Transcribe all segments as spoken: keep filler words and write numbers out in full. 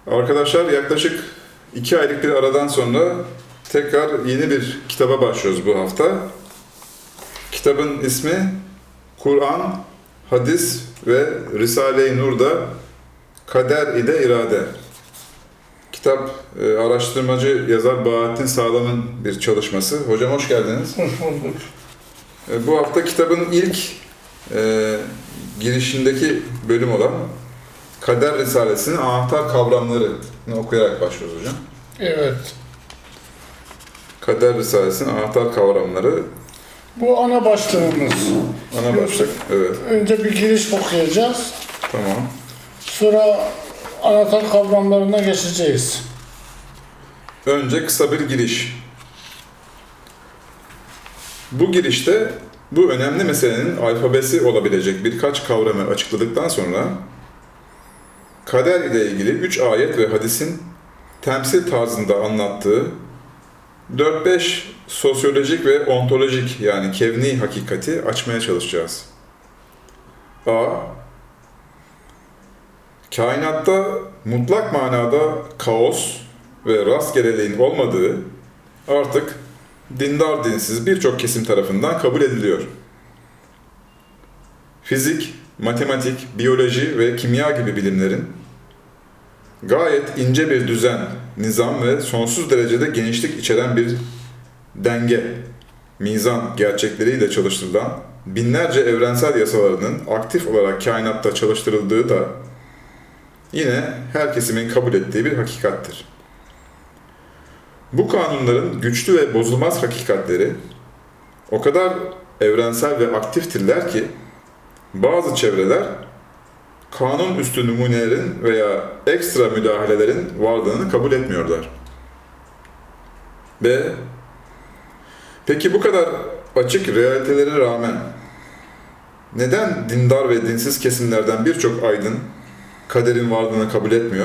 Arkadaşlar yaklaşık iki aylık bir aradan sonra tekrar yeni bir kitaba başlıyoruz bu hafta. Kitabın ismi Kur'an, Hadis ve Risale-i Nur'da Kader ile İrade. Kitap e, araştırmacı yazar Bahattin Sağlam'ın bir çalışması. Hocam hoş geldiniz. Hoş bulduk. E, bu hafta kitabın ilk e, girişindeki bölüm olan Kader Risalesi'nin anahtar kavramlarını okuyarak başlıyoruz hocam. Evet. Kader Risalesi'nin anahtar kavramları. Bu ana başlığımız. Ana başlık, evet. Önce bir giriş okuyacağız. Tamam. Sonra anahtar kavramlarına geçeceğiz. Önce kısa bir giriş. Bu girişte bu önemli meselenin alfabesi olabilecek birkaç kavramı açıkladıktan sonra kader ile ilgili üç ayet ve hadisin temsil tarzında anlattığı dört beş sosyolojik ve ontolojik yani kevni hakikati açmaya çalışacağız. A. Kainatta mutlak manada kaos ve rastgeleliğin olmadığı artık dindar dinsiz birçok kesim tarafından kabul ediliyor. Fizik, matematik, biyoloji ve kimya gibi bilimlerin gayet ince bir düzen, nizam ve sonsuz derecede genişlik içeren bir denge, mizan gerçekleriyle çalıştırılan binlerce evrensel yasalarının aktif olarak kainatta çalıştırıldığı da yine her kesimin kabul ettiği bir hakikattir. Bu kanunların güçlü ve bozulmaz hakikatleri o kadar evrensel ve aktiftirler ki bazı çevreler kanun üstü numunelerin veya ekstra müdahalelerin varlığını kabul etmiyorlar. B. Peki bu kadar açık realitelere rağmen neden dindar ve dinsiz kesimlerden birçok aydın kaderin varlığını kabul etmiyor?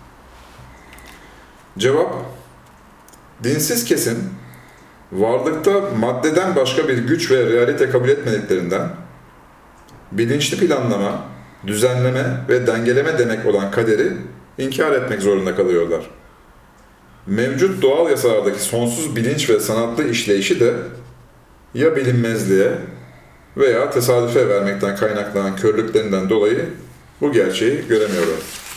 Cevap: dinsiz kesim, varlıkta maddeden başka bir güç ve realite kabul etmediklerinden, bilinçli planlama, düzenleme ve dengeleme demek olan kaderi inkar etmek zorunda kalıyorlar. Mevcut doğal yasalardaki sonsuz bilinç ve sanatlı işleyişi de ya bilinmezliğe veya tesadüfe vermekten kaynaklanan körlüklerinden dolayı bu gerçeği göremiyorlar.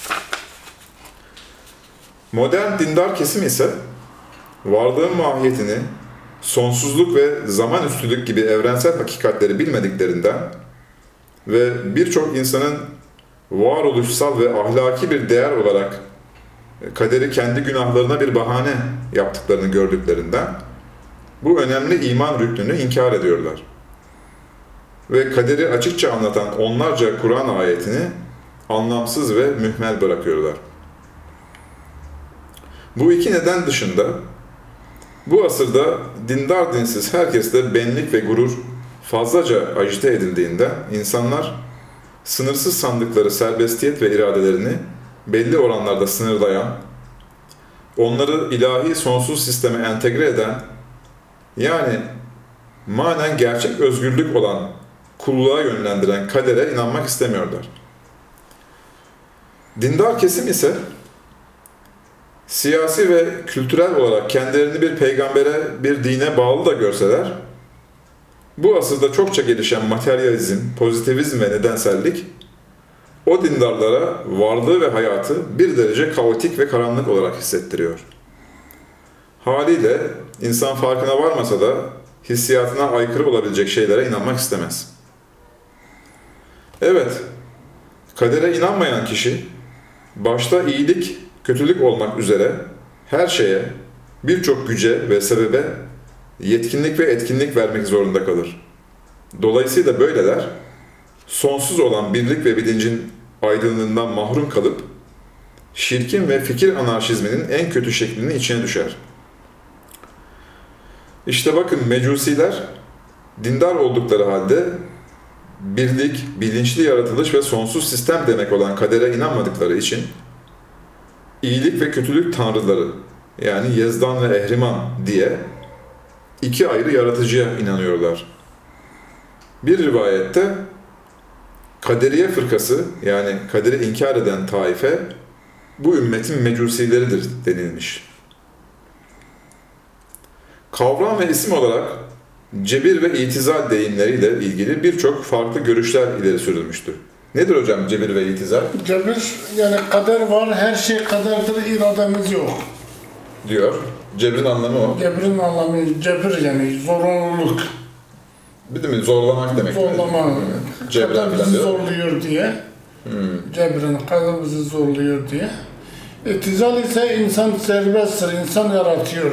Modern dindar kesim ise varlığın mahiyetini, sonsuzluk ve zaman üstülük gibi evrensel hakikatleri bilmediklerinden ve birçok insanın varoluşsal ve ahlaki bir değer olarak kaderi kendi günahlarına bir bahane yaptıklarını gördüklerinden bu önemli iman rüknünü inkar ediyorlar. Ve kaderi açıkça anlatan onlarca Kur'an ayetini anlamsız ve mühmel bırakıyorlar. Bu iki neden dışında bu asırda dindar dinsiz herkeste benlik ve gurur fazlaca ajite edildiğinde insanlar sınırsız sandıkları serbestiyet ve iradelerini belli oranlarda sınırlayan, onları ilahi sonsuz sisteme entegre eden, yani manen gerçek özgürlük olan kulluğa yönlendiren kadere inanmak istemiyorlar. Dindar kesim ise siyasi ve kültürel olarak kendilerini bir peygambere, bir dine bağlı da görseler, bu asırda çokça gelişen materyalizm, pozitivizm ve nedensellik, o dindarlara varlığı ve hayatı bir derece kaotik ve karanlık olarak hissettiriyor. Haliyle insan farkına varmasa da hissiyatına aykırı olabilecek şeylere inanmak istemez. Evet, kadere inanmayan kişi, başta iyilik, kötülük olmak üzere her şeye, birçok güce ve sebebe yetkinlik ve etkinlik vermek zorunda kalır. Dolayısıyla böyleler, sonsuz olan birlik ve bilincin aydınlığından mahrum kalıp, şirkin ve fikir anarşizminin en kötü şeklinin içine düşer. İşte bakın mecusiler, dindar oldukları halde, birlik, bilinçli yaratılış ve sonsuz sistem demek olan kadere inanmadıkları için, iyilik ve kötülük tanrıları, yani Yezdan ve Ehriman diye iki ayrı yaratıcıya inanıyorlar. Bir rivayette kaderiye fırkası, yani kaderi inkar eden taife, bu ümmetin mecusileridir denilmiş. Kavram ve isim olarak cebir ve itizal deyimleriyle ilgili birçok farklı görüşler ileri sürülmüştür. Nedir hocam cebir ve itizal? Cebir, yani kader var, her şey kaderdir, irademiz yok. Diyor. Cebrin anlamı o. Cebirin anlamı, cebir yani zorunluluk. Bir de mi zorlamak demek. Zorlama. Cebren Kader falan bizi diyor. zorluyor diye. Hmm. Cebrin, kader bizi zorluyor diye. İtizal ise insan serbesttir, insan yaratıyor.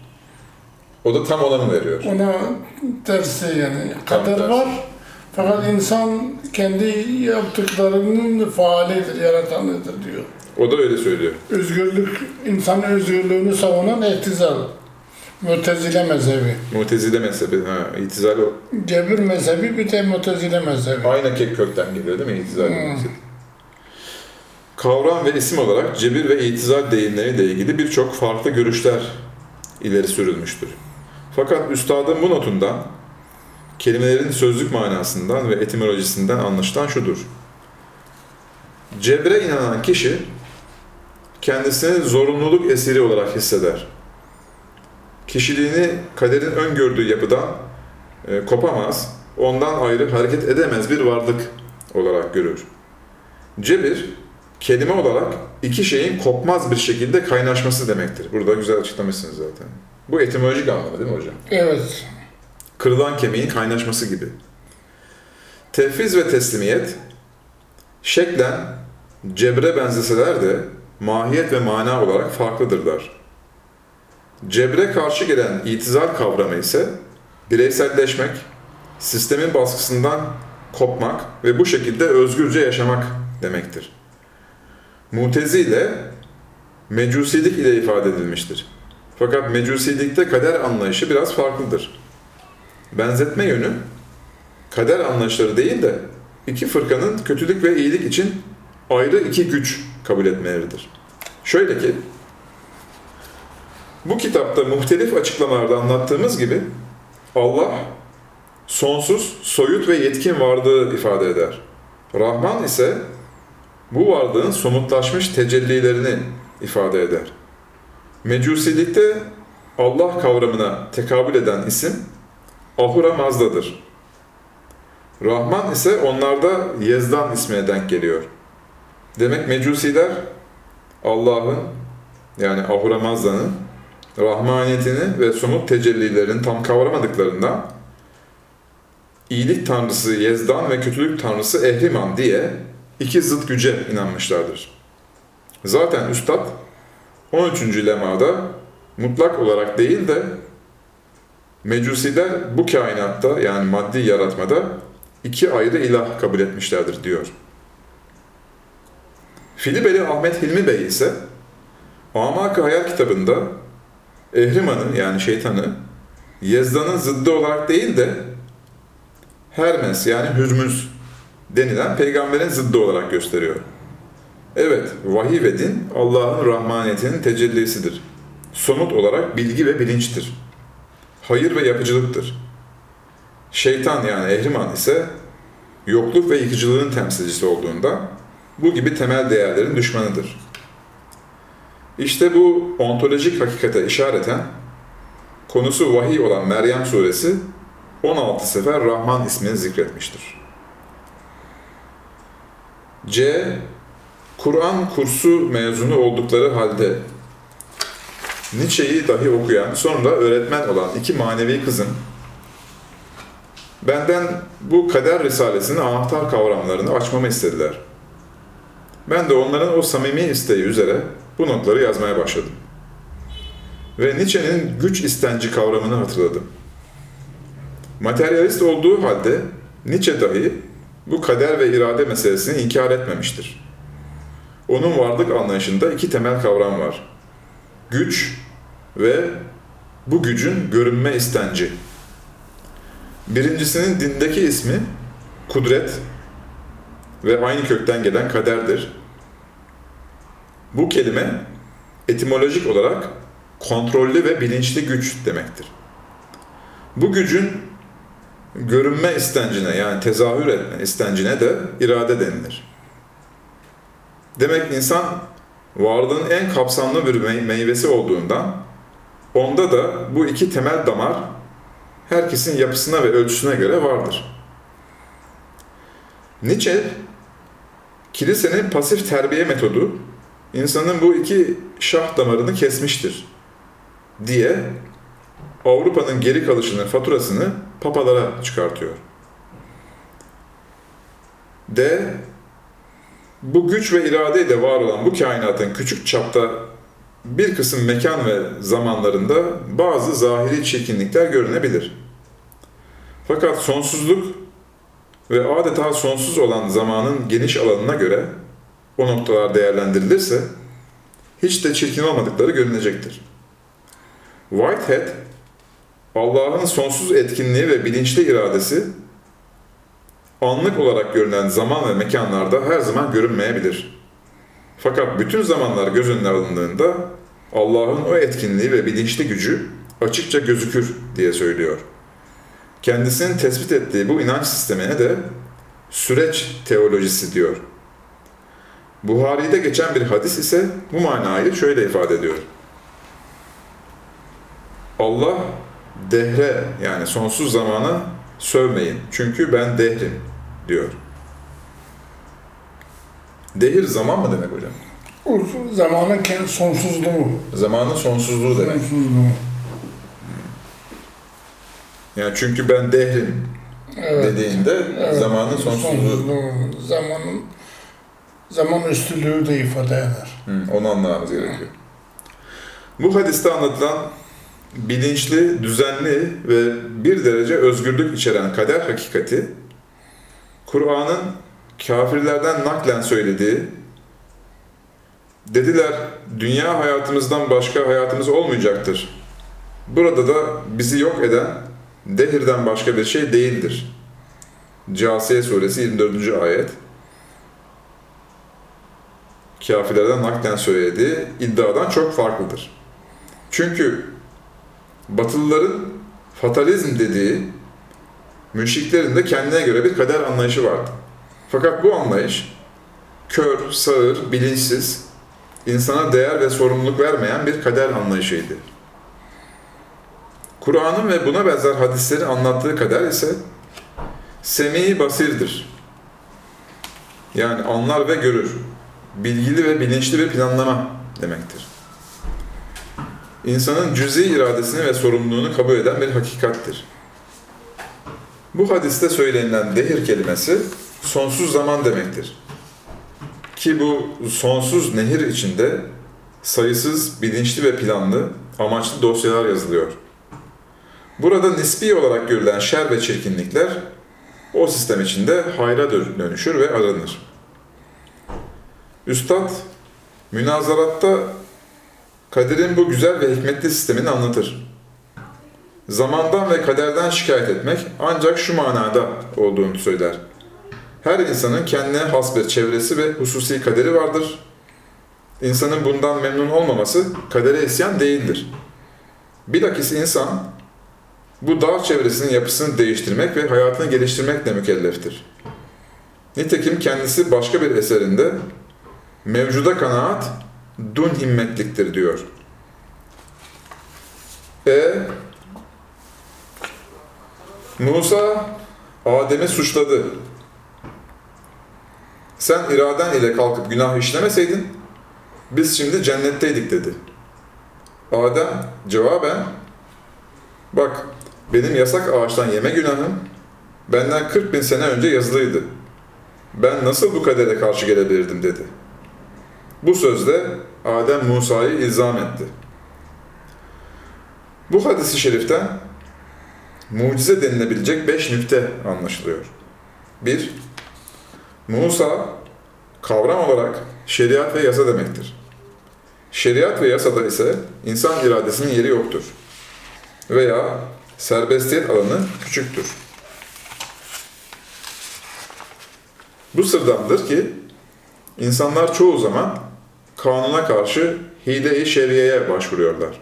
O da tam olanı veriyor. Ona tersi yani. Tam Kader tersi. var. Fakat insan kendi yaptıklarının faalidir, yaratanıdır diyor. O da öyle söylüyor. Özgürlük, insan özgürlüğünü savunan itizal. Mutezile mezhebi. Mutezile mezhebi. Ha, itizal o. Cebir mezhebi bir de Mutezile mezhebi. Aynı kek kökten geliyor değil mi? İtizal Hmm. mezhebi. Kavram ve isim olarak cebir ve itizal deyimleriyle ilgili birçok farklı görüşler ileri sürülmüştür. Fakat üstadın bu notundan kelimelerin sözlük manasından ve etimolojisinden anlaşılan şudur. Cebre inanan kişi kendisini zorunluluk esiri olarak hisseder. Kişiliğini kaderin öngördüğü yapıdan e, kopamaz, ondan ayrı hareket edemez bir varlık olarak görür. Cebir, kelime olarak iki şeyin kopmaz bir şekilde kaynaşması demektir. Burada güzel açıklamışsınız zaten. Bu etimolojik anlamı değil mi hocam? Evet. Kırılan kemiğin kaynaşması gibi. Tefviz ve teslimiyet, şeklen cebre benzeseler de mahiyet ve mana olarak farklıdırlar. Cebre karşı gelen itizal kavramı ise bireyselleşmek, sistemin baskısından kopmak ve bu şekilde özgürce yaşamak demektir. Mutezile, mecusilik ile ifade edilmiştir. Fakat mecusilikte kader anlayışı biraz farklıdır. Benzetme yönü, kader anlayışları değil de iki fırkanın kötülük ve iyilik için ayrı iki güç kabul etmeleridir. Şöyle ki, bu kitapta muhtelif açıklamalarda anlattığımız gibi Allah sonsuz, soyut ve yetkin varlığı ifade eder. Rahman ise bu varlığın somutlaşmış tecellilerini ifade eder. Mecusilikte Allah kavramına tekabül eden isim Ahura Mazda'dır. Rahman ise onlarda Yezdan ismine denk geliyor. Demek Mecusiler Allah'ın yani Ahura Mazda'nın rahmaniyetini ve somut tecellilerini tam kavramadıklarından iyilik tanrısı Yezdan ve kötülük tanrısı Ehriman diye iki zıt güce inanmışlardır. Zaten Üstad on üçüncü lemada mutlak olarak değil de Mecusiler bu kainatta yani maddi yaratmada iki ayrı ilah kabul etmişlerdir diyor. Filibeli Ahmet Hilmi Bey ise Amak-ı Hayal kitabında Ehriman'ı yani şeytanı Yezdan'ın zıddı olarak değil de Hermes yani Hürmüz denilen peygamberin zıddı olarak gösteriyor. Evet, vahiy ve din Allah'ın rahmaniyetinin tecellisidir. Somut olarak bilgi ve bilinçtir. Hayır ve yapıcılıktır. Şeytan yani Ehriman ise yokluk ve yıkıcılığın temsilcisi olduğunda bu gibi temel değerlerin düşmanıdır. İşte bu ontolojik hakikate işareten konusu vahiy olan Meryem suresi on altı sefer Rahman ismini zikretmiştir. C. Kur'an kursu mezunu oldukları halde Nietzsche'yi dahi okuyan, sonra öğretmen olan iki manevi kızın benden bu kader risalesinin anahtar kavramlarını açmamı istediler. Ben de onların o samimi isteği üzere bu notları yazmaya başladım. Ve Nietzsche'nin güç istenci kavramını hatırladım. Materyalist olduğu halde Nietzsche dahi bu kader ve irade meselesini inkar etmemiştir. Onun varlık anlayışında iki temel kavram var. Güç ve bu gücün görünme istenci. Birincisinin dindeki ismi kudret ve aynı kökten gelen kaderdir. Bu kelime etimolojik olarak kontrollü ve bilinçli güç demektir. Bu gücün görünme istencine yani tezahür etme istencine de irade denilir. Demek insan varlığın en kapsamlı bir mey- meyvesi olduğundan, onda da bu iki temel damar herkesin yapısına ve ölçüsüne göre vardır. Nietzsche, kilisenin pasif terbiye metodu, insanın bu iki şah damarını kesmiştir diye Avrupa'nın geri kalışının faturasını papalara çıkartıyor. D. Bu güç ve iradeyle var olan bu kainatın küçük çapta bir kısım mekan ve zamanlarında bazı zahiri çirkinlikler görünebilir. Fakat sonsuzluk ve adeta sonsuz olan zamanın geniş alanına göre o noktalar değerlendirilirse hiç de çirkin olmadıkları görünecektir. Whitehead, Allah'ın sonsuz etkinliği ve bilinçli iradesi anlık olarak görünen zaman ve mekanlarda her zaman görünmeyebilir. Fakat bütün zamanlar göz önüne alındığında Allah'ın o etkinliği ve bilinçli gücü açıkça gözükür diye söylüyor. Kendisinin tespit ettiği bu inanç sistemine de süreç teolojisi diyor. Buhari'de geçen bir hadis ise bu manayı şöyle ifade ediyor. Allah dehre, yani sonsuz zamana sövmeyin çünkü ben dehrim diyor. Dehir zaman mı demek hocam? O zamanın kendi sonsuzluğu. Zamanın sonsuzluğu demek. Sonsuzluğu. Yani çünkü ben dehrim Evet. dediğinde Evet. zamanın sonsuzluğu. Sonsuzluğu. Zamanın zaman üstünlüğü de ifade eder. Hı, onu anlamamız gerekiyor. Bu hadiste anlatılan bilinçli, düzenli ve bir derece özgürlük içeren kader hakikati, Kur'an'ın kafirlerden naklen söylediği, dediler dünya hayatımızdan başka hayatımız olmayacaktır. Burada da bizi yok eden dehirden başka bir şey değildir. Câsiye suresi yirmi dördüncü ayet. Kafirlerden naklen söylediği iddiadan çok farklıdır. Çünkü Batılıların fatalizm dediği, müşriklerin de kendine göre bir kader anlayışı vardı. Fakat bu anlayış kör, sağır, bilinçsiz, insana değer ve sorumluluk vermeyen bir kader anlayışıydı. Kur'an'ın ve buna benzer hadislerin anlattığı kader ise semî basirdir. Yani anlar ve görür. Bilgili ve bilinçli bir planlama demektir. İnsanın cüz'i iradesini ve sorumluluğunu kabul eden bir hakikattir. Bu hadiste söylenilen dehir kelimesi sonsuz zaman demektir. Ki bu sonsuz nehir içinde sayısız bilinçli ve planlı, amaçlı dosyalar yazılıyor. Burada nispi olarak görülen şer ve çirkinlikler o sistem içinde hayra dönüşür ve aranır. Üstad, münazaratta kaderin bu güzel ve hikmetli sistemini anlatır. Zamandan ve kaderden şikayet etmek ancak şu manada olduğunu söyler. Her insanın kendine has bir çevresi ve hususi kaderi vardır. İnsanın bundan memnun olmaması kadere isyan değildir. Bilakis insan bu dar çevresinin yapısını değiştirmek ve hayatını geliştirmekle mükelleftir. Nitekim kendisi başka bir eserinde mevcuda kanaat dun himmetliktir diyor. E Musa Adem'i suçladı. Sen iraden ile kalkıp günah işlemeseydin biz şimdi cennetteydik dedi. Adem cevaben bak benim yasak ağaçtan yeme günahım benden kırk bin sene önce yazılıydı. Ben nasıl bu kadere karşı gelebilirdim dedi. Bu sözle Adem Musa'yı ilzam etti. Bu hadis-i şeriften mucize denilebilecek beş nükte anlaşılıyor. bir. Musa, kavram olarak şeriat ve yasa demektir. Şeriat ve yasada ise insan iradesinin yeri yoktur. Veya serbestiyet alanı küçüktür. Bu sırdandır ki, insanlar çoğu zaman kanuna karşı hile-i şeriyeye başvuruyorlar.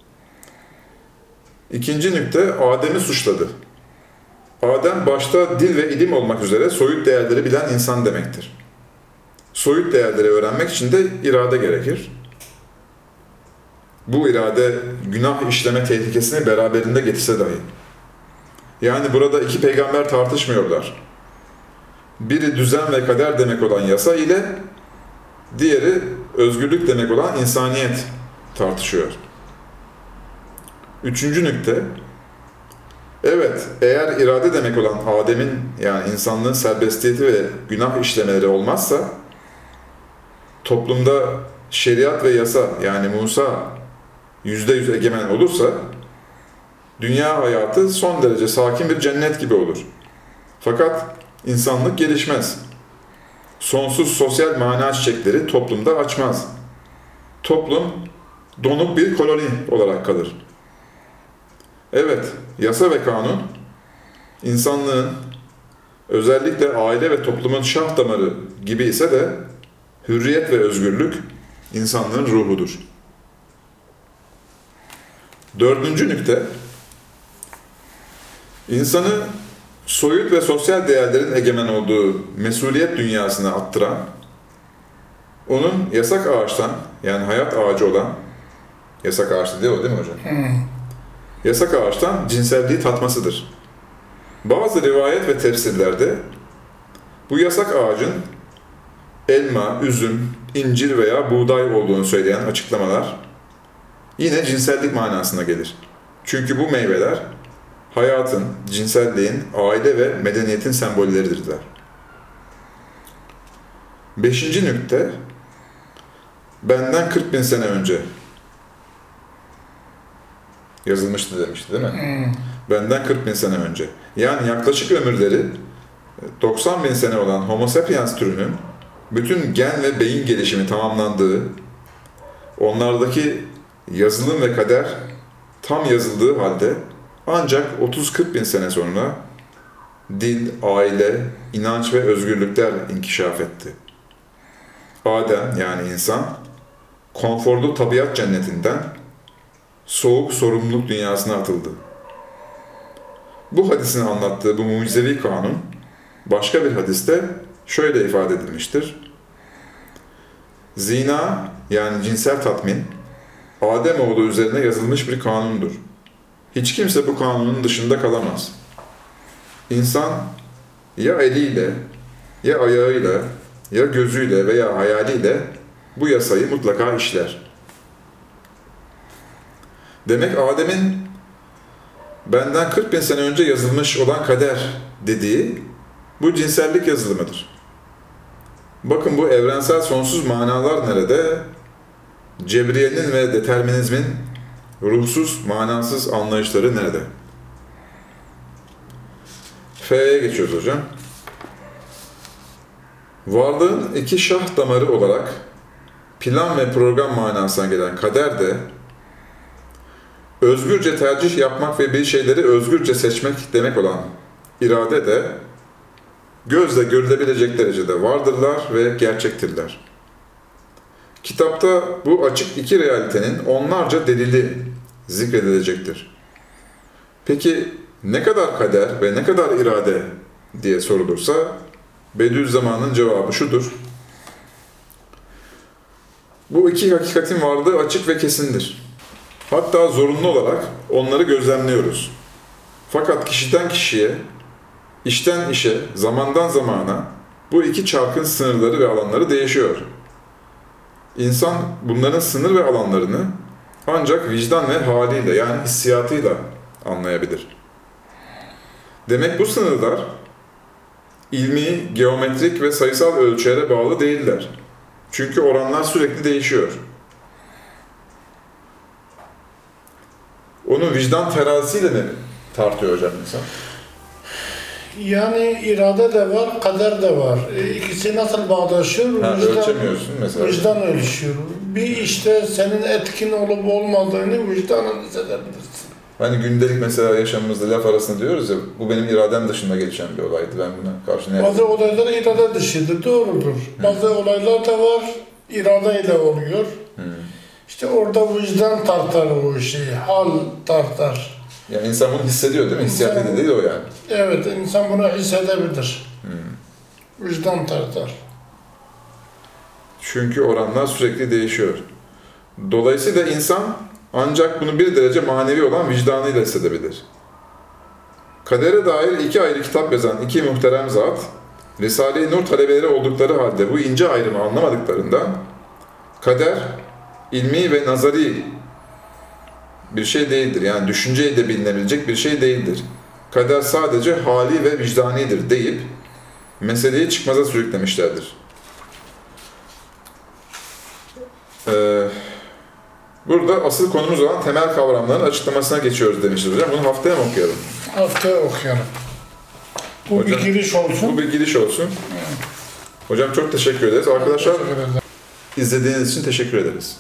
İkinci nükte, Adem'i suçladı. Adem başta dil ve ilim olmak üzere soyut değerleri bilen insan demektir. soyut değerleri öğrenmek için de irade gerekir. Bu irade günah işleme tehlikesini beraberinde getirse dahi. Yani burada iki peygamber tartışmıyorlar. Biri düzen ve kader demek olan yasa ile diğeri özgürlük demek olan insaniyet tartışıyor. Üçüncü nükte, evet, eğer irade demek olan Adem'in, yani insanlığın serbestiyeti ve günah işlemeleri olmazsa, toplumda şeriat ve yasa, yani Musa yüzde yüz egemen olursa, dünya hayatı son derece sakin bir cennet gibi olur. Fakat insanlık gelişmez. Sonsuz sosyal mana çiçekleri toplumda açmaz. Toplum donuk bir koloni olarak kalır. Evet, yasa ve kanun, insanlığın, özellikle aile ve toplumun şah damarı gibi ise de hürriyet ve özgürlük insanlığın ruhudur. Dördüncü nükte, insanı soyut ve sosyal değerlerin egemen olduğu mesuliyet dünyasına attıran, onun yasak ağaçtan, yani hayat ağacı olan, yasak ağaçtı diyor değil mi hocam? Hmm. Yasak ağaçtan cinselliği tatmasıdır. Bazı rivayet ve tefsirlerde bu yasak ağacın elma, üzüm, incir veya buğday olduğunu söyleyen açıklamalar yine cinsellik manasına gelir. Çünkü bu meyveler hayatın, cinselliğin, aile ve medeniyetin sembolleridirler. Beşinci nükte, benden kırk bin sene önce yazılmıştı demişti değil mi? Hmm. Benden kırk bin sene önce. Yani yaklaşık ömürleri doksan bin sene olan Homo sapiens türünün bütün gen ve beyin gelişimi tamamlandığı, onlardaki yazılım ve kader tam yazıldığı halde ancak otuz kırk bin sene sonra dil, aile, inanç ve özgürlükler inkişaf etti. Adem, yani insan, konforlu tabiat cennetinden soğuk sorumluluk dünyasına atıldı. Bu hadisin anlattığı bu mucizevi kanun başka bir hadiste şöyle ifade edilmiştir. Zina, yani cinsel tatmin, Ademoğlu üzerine yazılmış bir kanundur. Hiç kimse bu kanunun dışında kalamaz. İnsan ya eliyle, ya ayağıyla, ya gözüyle veya hayaliyle bu yasayı mutlaka işler. Demek Adem'in benden kırk bin sene önce yazılmış olan kader dediği bu cinsellik yazılımıdır. Bakın bu evrensel sonsuz manalar nerede? Cebriye'nin ve determinizmin ruhsuz, manasız anlayışları nerede? F'ye geçiyoruz hocam. Varlığın iki şah damarı olarak plan ve program manasına gelen kader de özgürce tercih yapmak ve bir şeyleri özgürce seçmek demek olan irade de gözle görülebilecek derecede vardırlar ve gerçektirler. Kitapta bu açık iki realitenin onlarca delili zikredilecektir. Peki ne kadar kader ve ne kadar irade diye sorulursa Bediüzzaman'ın cevabı şudur. Bu iki hakikatin varlığı açık ve kesindir. Hatta zorunlu olarak onları gözlemliyoruz. Fakat kişiden kişiye, işten işe, zamandan zamana bu iki çarkın sınırları ve alanları değişiyor. İnsan bunların sınır ve alanlarını ancak vicdan ve haliyle, yani hissiyatıyla anlayabilir. Demek bu sınırlar ilmi, geometrik ve sayısal ölçülere bağlı değiller. Çünkü oranlar sürekli değişiyor. Onu vicdan terazisiyle mi tartıyor hocam insan? Yani irade de var, kader de var. E, İkisi nasıl bağdaşıyor? Ha, vicdan, ölçemiyorsun mesela. Vicdan ölçüyor. Bir işte senin etkin olup olmadığını vicdanın hissedebilirsin. Hani gündelik mesela yaşamımızda laf arasında diyoruz ya, bu benim iradem dışında gelişen bir olaydı. Ben buna karşı ne Bazı olaylar irade dışıdır, doğrudur. Hı. Bazı olaylar da var, iradeyle oluyor. Hı. İşte orada vicdan tartar o işi, hal tartar. Yani insan bunu hissediyor değil mi? Hissiyatı değil o yani. Evet, insan bunu hissedebilir. Hmm. Vicdan tartar. Çünkü oranlar sürekli değişiyor. Dolayısıyla insan ancak bunu bir derece manevi olan vicdanıyla hissedebilir. Kadere dair iki ayrı kitap yazan iki muhterem zat, Risale-i Nur talebeleri oldukları halde bu ince ayrımı anlamadıklarından, kader, ilmi ve nazari bir şey değildir. Yani düşünceyle bilinebilecek bir şey değildir. Kader sadece hali ve vicdanidir deyip, meseleyi çıkmaza sürüklemişlerdir. Ee, burada asıl konumuz olan temel kavramların açıklamasına geçiyoruz demişiz hocam. Bunu haftaya mı okuyalım? Haftaya okuyalım. Bu Hocam, bir giriş olsun. Bu bir giriş olsun. Hocam çok teşekkür ederiz. Arkadaşlar Teşekkür ederim. izlediğiniz için teşekkür ederiz.